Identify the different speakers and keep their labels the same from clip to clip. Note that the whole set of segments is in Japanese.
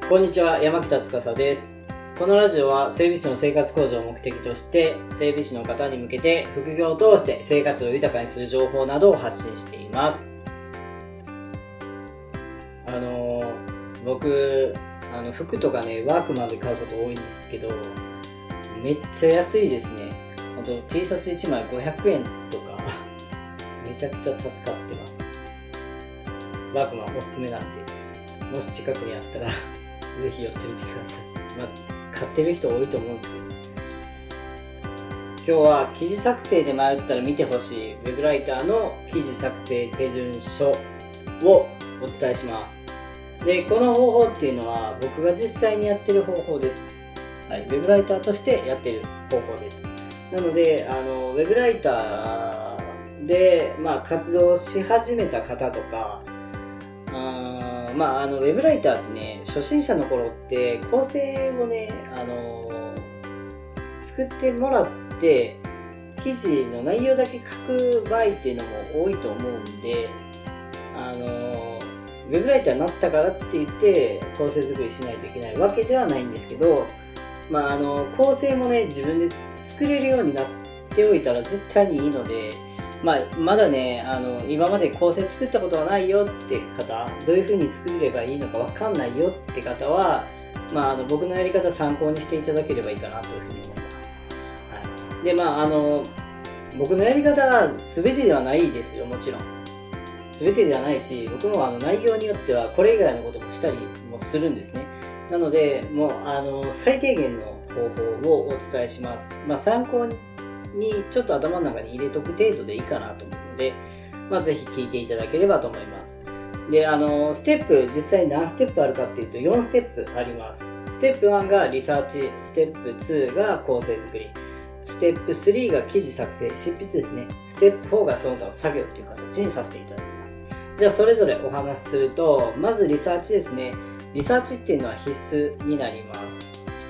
Speaker 1: こんにちは、山北司です。このラジオは整備士の生活向上を目的として整備士の方に向けて副業を通して生活を豊かにする情報などを発信しています。僕服とかね、ワークマンで買うこと多いんですけど、めっちゃ安いですね。T シャツ1枚500円とかめちゃくちゃ助かってます。ワークマンおすすめなんで、もし近くにあったらぜひ寄ってみてください。買ってる人多いと思うんですけど、今日は記事作成で迷ったら見てほしい Web ライターの記事作成手順書をお伝えします。で、この方法っていうのは僕が実際にやってる方法です。はい、Web ライターとしてやってる方法です。なので、Web ライターで、活動し始めた方とか、ウェブライターってね、初心者の頃って構成をね、作ってもらって記事の内容だけ書く場合っていうのも多いと思うんで、ウェブライターになったからって言って構成作りしないといけないわけではないんですけど、構成もね、自分で作れるようになっておいたら絶対にいいので、まだね、今まで構成作ったことはないよって方、どういう風に作ればいいのかわかんないよって方は、僕のやり方参考にしていただければいいかなというふうに思います。はい。で、僕のやり方が全てではないですよ、もちろん。全てではないし、僕も内容によってはこれ以外のこともしたりもするんですね。なので、もう、最低限の方法をお伝えします。参考にちょっと頭の中に入れとく程度でいいかなと思うので、ぜひ聞いていただければと思います。で、ステップ、実際何ステップあるかっていうと4ステップあります。ステップ1がリサーチ、ステップ2が構成作り、ステップ3が記事作成、執筆ですね。ステップ4がその他の作業っていう形にさせていただいてます。じゃあそれぞれお話しすると、まずリサーチですね。リサーチっていうのは必須になります。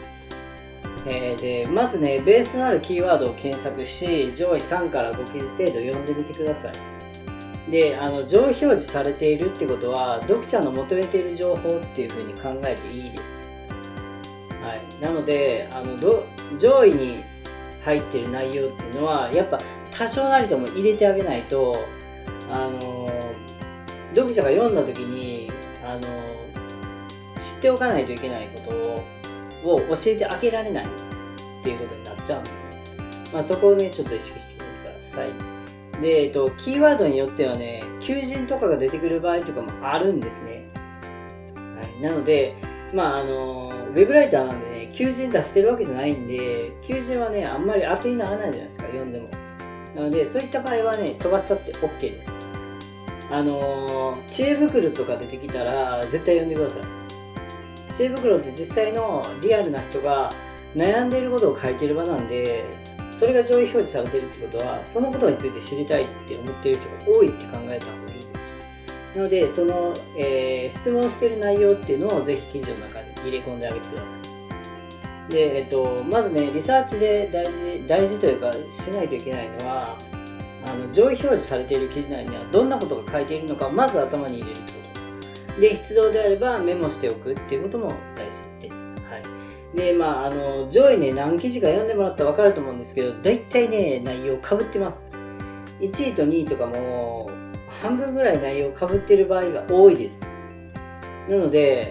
Speaker 1: でまずね、ベースとなるキーワードを検索し、上位3から5記事程度読んでみてください。で、上位表示されているってことは、読者の求めている情報っていう風に考えていいです。はい。なので、上位に入っている内容っていうのは、やっぱ多少なりとも入れてあげないと、読者が読んだ時に、知っておかないといけないことを教えてあげられないっていうことになっちゃうので、そこをね、ちょっと意識してみてください。で、キーワードによってはね、求人とかが出てくる場合とかもあるんですね。はい。なので、ウェブライターなんでね、求人出してるわけじゃないんで、求人はね、あんまり当てにならないじゃないですか、読んでも。なので、そういった場合はね、飛ばしちゃって OK です。知恵袋とか出てきたら、絶対読んでください。知恵袋って実際のリアルな人が悩んでいることを書いている場なんで、それが上位表示されているってことは、そのことについて知りたいって思っている人が多いって考えた方がいいです。なので、その、質問している内容っていうのをぜひ記事の中に入れ込んであげてください。で、まずね、リサーチで大事というかしないといけないのは、上位表示されている記事内にはどんなことが書いているのかをまず頭に入れるってこと。で、必要であればメモしておくっていうことも大事です。はい。で、上位ね、何記事か読んでもらったら分かると思うんですけど、大体ね、内容被ってます。1位と2位とかも、半分ぐらい内容被っている場合が多いです。なので、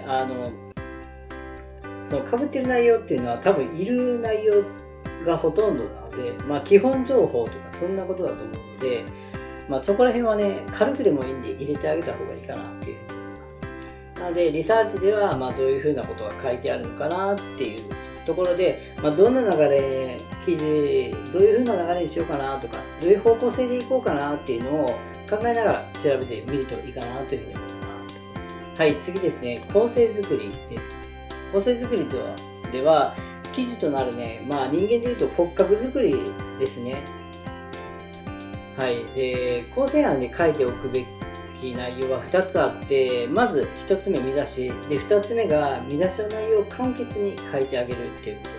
Speaker 1: その被っている内容っていうのは多分いる内容がほとんどなので、基本情報とかそんなことだと思うので、そこら辺はね、軽くでもいいんで入れてあげた方がいいかなっていうふうに思います。なので、リサーチでは、どういうふうなことが書いてあるのかなっていうところで、どんな流れ、記事、どういうふうな流れにしようかなとか、どういう方向性でいこうかなっていうのを考えながら調べてみるといいかなというふうに思います。はい、次ですね、構成作りです。構成作りでは、記事となるね、人間でいうと骨格作りですね。はい。で、構成案で書いておくべき内容は2つあって、まず1つ目見出し、で、2つ目が見出しの内容を簡潔に書いてあげるっていうこと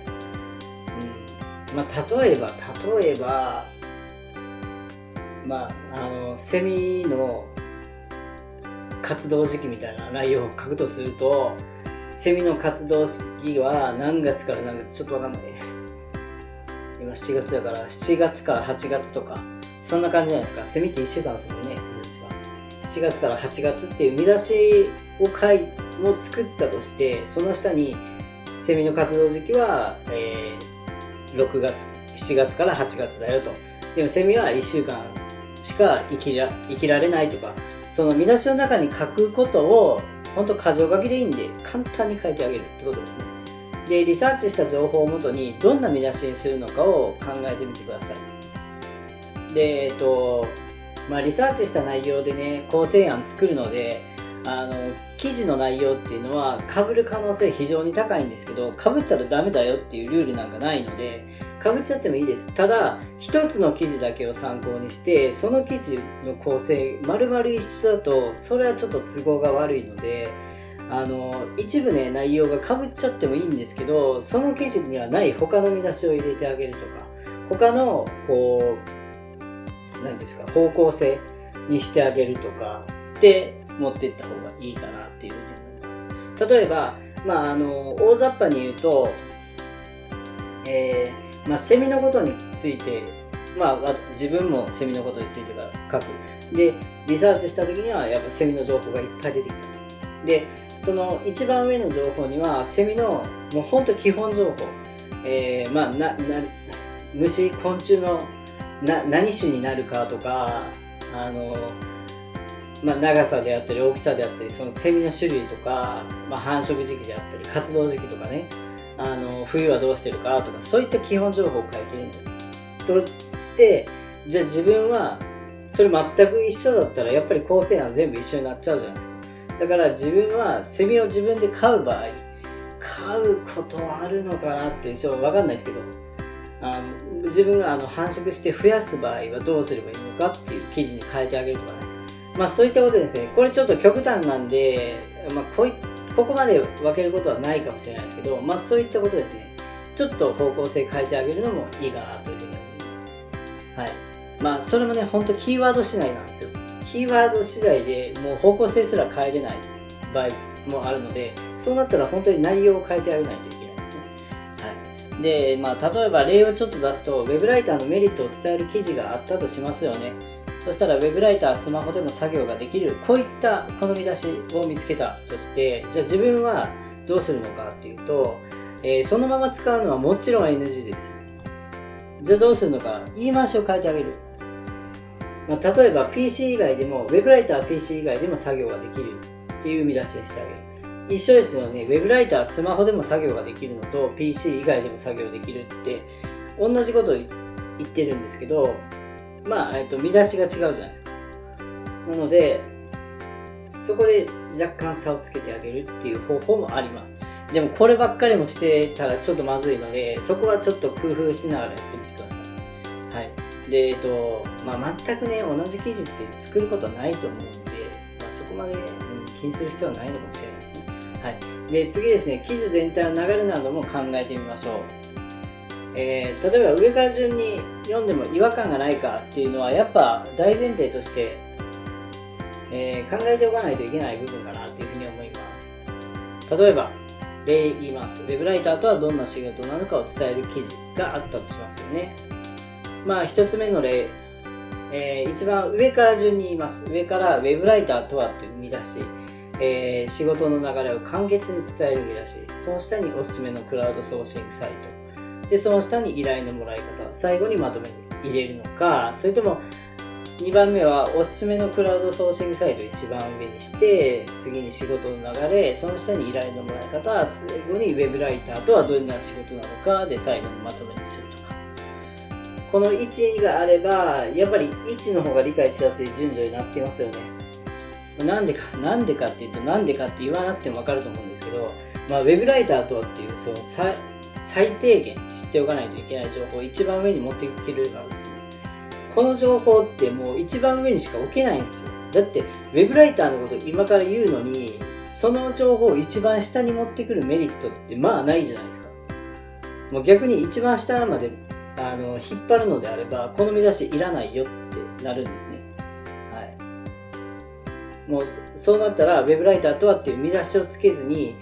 Speaker 1: です。例えば、セミの活動時期みたいな内容を書くとすると、 セミの活動式は何月から何月、ちょっとわかんない。今7月だから7月から8月とか、そんな感じじゃないですか。セミって1週間ですもんね、7月から8月っていう見出しを作ったとして、その下にセミの活動時期は、6月、7月から8月だよと。でもセミは1週間しか生きられないとか、その見出しの中に書くことを本当箇条書きでいいんで簡単に書いてあげるってことですね。で、リサーチした情報をもとにどんな見出しにするのかを考えてみてください。で、リサーチした内容でね、構成案作るので、記事の内容っていうのは被る可能性非常に高いんですけど、被ったらダメだよっていうルールなんかないので、被っちゃってもいいです。ただ、一つの記事だけを参考にして、その記事の構成、丸々一緒だと、それはちょっと都合が悪いので、一部ね、内容が被っちゃってもいいんですけど、その記事にはない他の見出しを入れてあげるとか、他の、何ですか、方向性にしてあげるとか、で、持っていった方がいいかなっていうふうに思います。例えば、大雑把に言うと、セミのことについて、自分もセミのことについて書く。で、リサーチした時にはやっぱセミの情報がいっぱい出てきたと。で、その一番上の情報にはセミのもうほんと基本情報、虫、昆虫の何種になるかとか、長さであったり大きさであったり、そのセミの種類とか、繁殖時期であったり活動時期とかね、冬はどうしてるかとか、そういった基本情報を書いてるとして、じゃあ自分はそれ全く一緒だったらやっぱり構成案全部一緒になっちゃうじゃないですか。だから自分はセミを自分で飼う場合、飼うことはあるのかなって分かんないですけど、自分が繁殖して増やす場合はどうすればいいのかっていう記事に変えてあげるとかね。そういったことですね。これちょっと極端なんで、ここまで分けることはないかもしれないですけど、そういったことですね。ちょっと方向性変えてあげるのもいいかなというふうに思います。はい。それもね、ほんとキーワード次第なんですよ。キーワード次第でもう方向性すら変えれない場合もあるので、そうなったら本当に内容を変えてあげないといけないですね。はい。で、例えば例をちょっと出すと、ウェブライターのメリットを伝える記事があったとしますよね。そしたらウェブライター、スマホでも作業ができる、こういったこの見出しを見つけたとして、じゃあ自分はどうするのかっていうと、そのまま使うのはもちろん NG です。じゃあどうするのか、言い回しを変えてあげる。例えば PC 以外でも、ウェブライター PC 以外でも作業ができるっていう見出しにしてあげる。一緒ですよね。ウェブライター、スマホでも作業ができるのと PC 以外でも作業できるって同じことを言ってるんですけど、見出しが違うじゃないですか。なので、そこで若干差をつけてあげるっていう方法もあります。でもこればっかりもしてたらちょっとまずいので、そこはちょっと工夫しながらやってみてください。はい。で、全くね、同じ記事って作ることはないと思うので、そこまで気にする必要はないのかもしれないですね。はい。で、次ですね、記事全体の流れなども考えてみましょう。例えば上から順に読んでも違和感がないかっていうのはやっぱ大前提として、考えておかないといけない部分かなっていうふうに思います。例えば例言います。ウェブライターとはどんな仕事なのかを伝える記事があったとしますよね。一つ目の例、一番上から順に言います。上からウェブライターとはという見出し、仕事の流れを簡潔に伝える見出し、その下におすすめのクラウドソーシングサイト、でその下に依頼のもらい方、最後にまとめに入れるのか、それとも2番目はおすすめのクラウドソーシングサイトを一番上にして、次に仕事の流れ、その下に依頼のもらい方、最後にウェブライターとはどんな仕事なのかで最後にまとめにするとか。この位置があればやっぱり位置の方が理解しやすい順序になっていますよね。なんでかっていうと、なんでかって言わなくても分かると思うんですけど、ウェブライターとはっていうその最低限知っておかないといけない情報を一番上に持っていけるからですね。この情報ってもう一番上にしか置けないんですよ。だってウェブライターのことを今から言うのに、その情報を一番下に持ってくるメリットってないじゃないですか。もう逆に一番下まで引っ張るのであれば、この見出しいらないよってなるんですね。はい。もうそうなったらウェブライターとはっていう見出しをつけずに、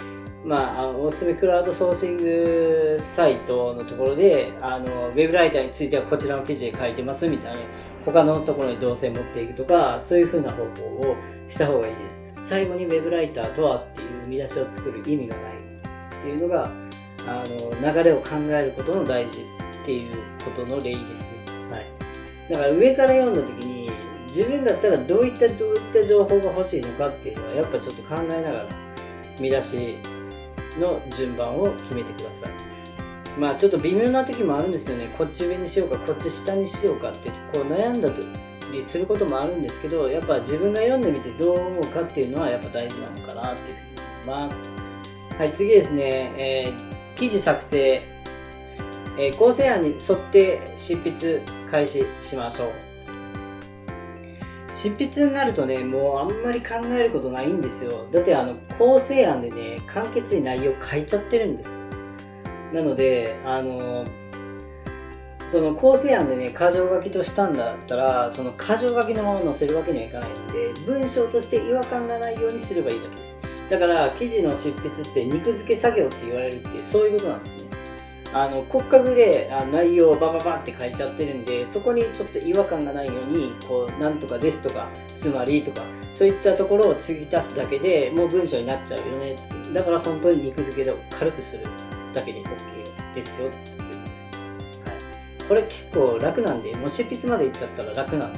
Speaker 1: おすすめクラウドソーシングサイトのところで、ウェブライターについてはこちらの記事で書いてますみたいなね、他のところに動線持っていくとか、そういう風な方法をした方がいいです。最後にウェブライターとはっていう見出しを作る意味がないっていうのが、流れを考えることの大事っていうことの例ですね。はい。だから上から読んだ時に、自分だったらどういった情報が欲しいのかっていうのは、やっぱちょっと考えながら、見出しの順番を決めてください。ちょっと微妙な時もあるんですよね。こっち上にしようか、こっち下にしようかってこう悩んだりすることもあるんですけど、やっぱ自分が読んでみてどう思うかっていうのはやっぱ大事なのかなっていうふうに思います。はい、次ですね、記事作成、構成案に沿って執筆開始しましょう。執筆になるとね、もうあんまり考えることないんですよ。だって構成案でね、簡潔に内容書いちゃってるんです。なので、その構成案でね、箇条書きとしたんだったら、その箇条書きのまま載せるわけにはいかないので、文章として違和感がないようにすればいいだけです。だから、記事の執筆って肉付け作業って言われるってそういうことなんですね。骨格で内容をバババって書いちゃってるんで、そこにちょっと違和感がないように、こう、なんとかですとか、つまりとか、そういったところを継ぎ足すだけでもう文章になっちゃうよねっていう。だから本当に肉付けで軽くするだけで OK ですよっていうことです。はい。これ結構楽なんで、もう執筆までいっちゃったら楽なんで、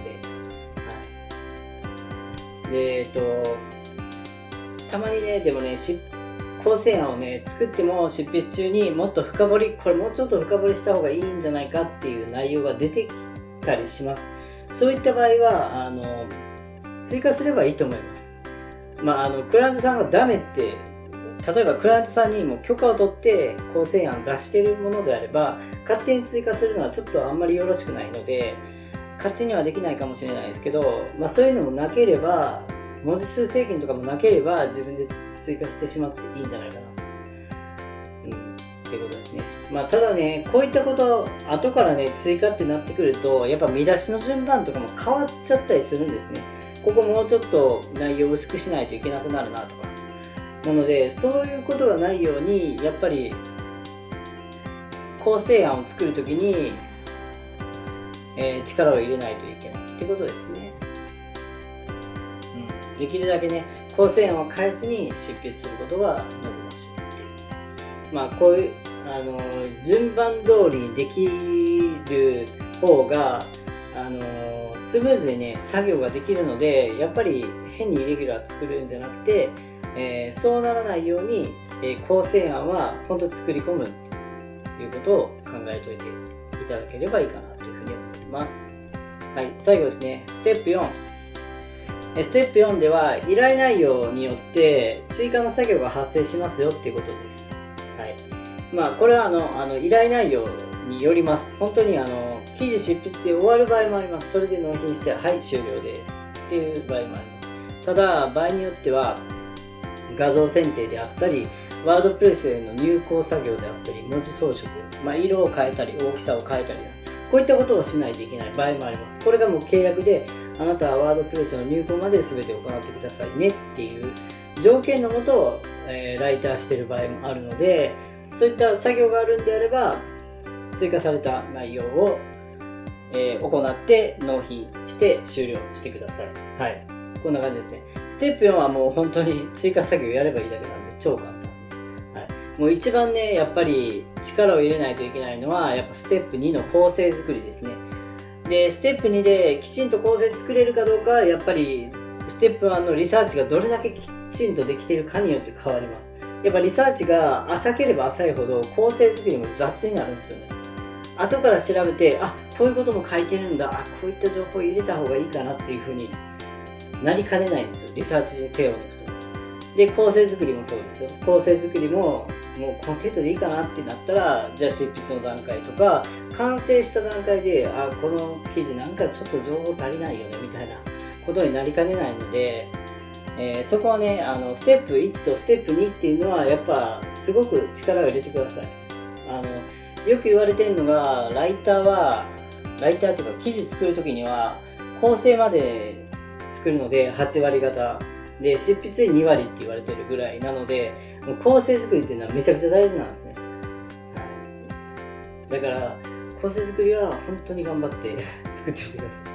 Speaker 1: はい。で、たまにね、でもね、構成案をね、作っても執筆中にもっと深掘り、これもうちょっと深掘りした方がいいんじゃないかっていう内容が出てきたりします。そういった場合は、追加すればいいと思います。クライアントさんがダメって、例えばクライアントさんにも許可を取って構成案出しているものであれば、勝手に追加するのはちょっとあんまりよろしくないので、勝手にはできないかもしれないですけど、そういうのもなければ、文字数制限とかもなければ自分で追加してしまっていいんじゃないかなと。っていうことですね。ただね、こういったこと後からね追加ってなってくると、やっぱ見出しの順番とかも変わっちゃったりするんですね。ここもうちょっと内容を薄くしないといけなくなるなとか。なので、そういうことがないように、やっぱり構成案を作るときに、力を入れないといけないってことですね。できるだけね、構成案を変えずに執筆することが望ましいです。こういう順番通りにできる方がスムーズにね作業ができるので、やっぱり変にイレギュラー作るんじゃなくて、そうならないように、構成案は本当に作り込むということを考えておいていただければいいかなというふうに思います。はい、最後ですね、ステップ4。ステップ4では依頼内容によって追加の作業が発生しますよっていうことです。はい。これは依頼内容によります。本当に記事執筆で終わる場合もあります。それで納品して、はい、終了ですっていう場合もあります。ただ、場合によっては画像選定であったり、ワードプレスへの入稿作業であったり、文字装飾、色を変えたり、大きさを変えたり、こういったことをしないといけない場合もあります。これがもう契約で、あなたはワードプレスの入稿まで全て行ってくださいねっていう条件のもと、ライターしている場合もあるので、そういった作業があるんであれば、追加された内容を、行って納品して終了してください。はい。こんな感じですね。ステップ4はもう本当に追加作業やればいいだけなんで超簡単です。はい。もう一番ね、やっぱり力を入れないといけないのは、やっぱステップ2の構成作りですね。で、ステップ2できちんと構成作れるかどうかは、やっぱりステップ1のリサーチがどれだけきちんとできているかによって変わります。やっぱリサーチが浅ければ浅いほど構成作りも雑になるんですよね。後から調べて、こういうことも書いてるんだ、こういった情報を入れた方がいいかなっていう風になりかねないんですよ。リサーチに手を抜くと。で、構成作りもそうですよ。構成作りも、もうこの程度でいいかなってなったら、じゃあ執筆の段階とか、完成した段階で、この記事なんかちょっと情報足りないよね、みたいなことになりかねないので、そこはね、ステップ1とステップ2っていうのは、やっぱすごく力を入れてください。よく言われてるのが、ライターとか記事作るときには、構成まで作るので、8割方。 で、執筆で2割って言われてるぐらいなので、もう構成作りっていうのはめちゃくちゃ大事なんですね。はい。だから、構成作りは本当に頑張って作ってみてくださ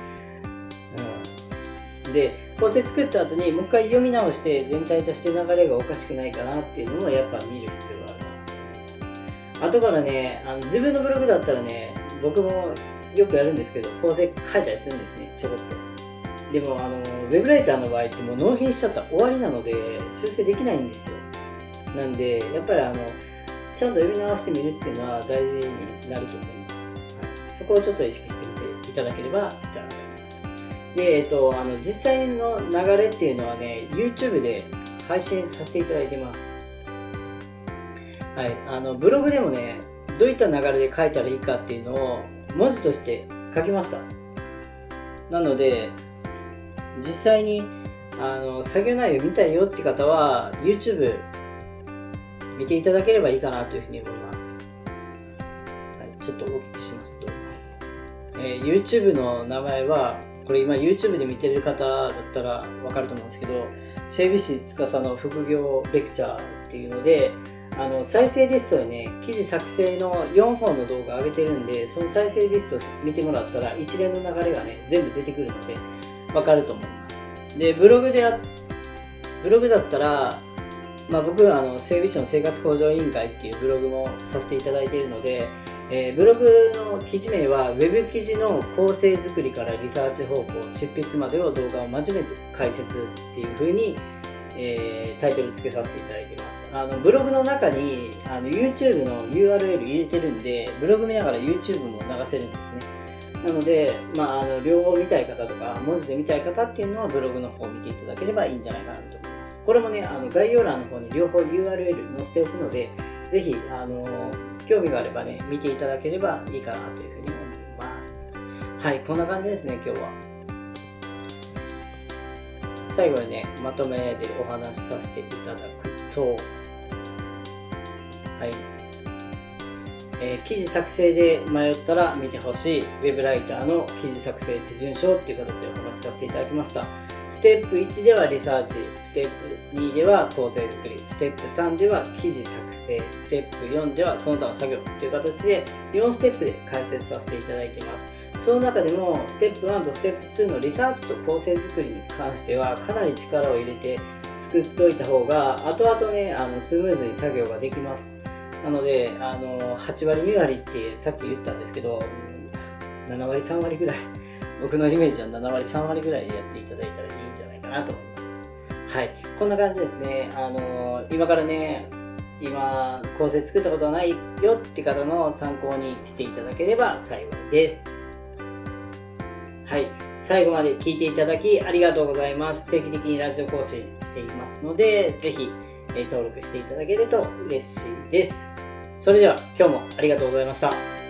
Speaker 1: い。で、構成作った後にもう一回読み直して全体として流れがおかしくないかなっていうのをやっぱ見る必要があるなと思います。後からね、自分のブログだったらね、僕もよくやるんですけど、構成書いたりするんですね、ちょこっと。でもウェブライターの場合ってもう納品しちゃったら終わりなので修正できないんですよ。なんでやっぱりちゃんと読み直してみるっていうのは大事になると思います。はい、そこをちょっと意識してみていただければいいかなと思います。で、実際の流れっていうのはね、YouTube で配信させていただいてます。はい、ブログでもね、どういった流れで書いたらいいかっていうのを文字として書きました。なので、実際に作業内容見たいよって方は YouTube 見ていただければいいかなというふうに思います。はい、ちょっと大きくしますと、YouTube の名前はこれ今 YouTube で見てる方だったらわかると思うんですけど、整備士司の副業レクチャーっていうので、再生リストでね、記事作成の4本の動画上げてるんで、その再生リストを見てもらったら一連の流れがね、全部出てくるのでわかると思います。で、ブログだったら、僕は整備士の生活向上委員会っていうブログもさせていただいているので、ブログの記事名は Web 記事の構成作りからリサーチ方法、執筆までを動画を真面目に解説っていう風に、タイトル付けさせていただいています。ブログの中にYouTube の URL 入れてるんで、ブログ見ながら YouTube も流せるんですね。なので、両方見たい方とか、文字で見たい方っていうのはブログの方を見ていただければいいんじゃないかなと思います。これもね、概要欄の方に両方 URL 載せておくので、ぜひ、興味があればね、見ていただければいいかなというふうに思います。はい、こんな感じですね、今日は。最後にね、まとめでお話しさせていただくと、はい。記事作成で迷ったら見てほしい Web ライターの記事作成手順書っていう形でお話しさせていただきました。ステップ1ではリサーチ、ステップ2では構成作り、ステップ3では記事作成、ステップ4ではその他の作業という形で4ステップで解説させていただいています。その中でもステップ1とステップ2のリサーチと構成作りに関してはかなり力を入れて作っておいた方が後々ね、スムーズに作業ができます。なので、8割2割ってさっき言ったんですけど、7割3割ぐらい、僕のイメージは7割3割ぐらいでやっていただいたらいいんじゃないかなと思います。はい。こんな感じですね。今からね、今、構成作ったことはないよって方の参考にしていただければ幸いです。はい。最後まで聞いていただきありがとうございます。定期的にラジオ更新していますので、ぜひ、登録していただけると嬉しいです。それでは今日もありがとうございました。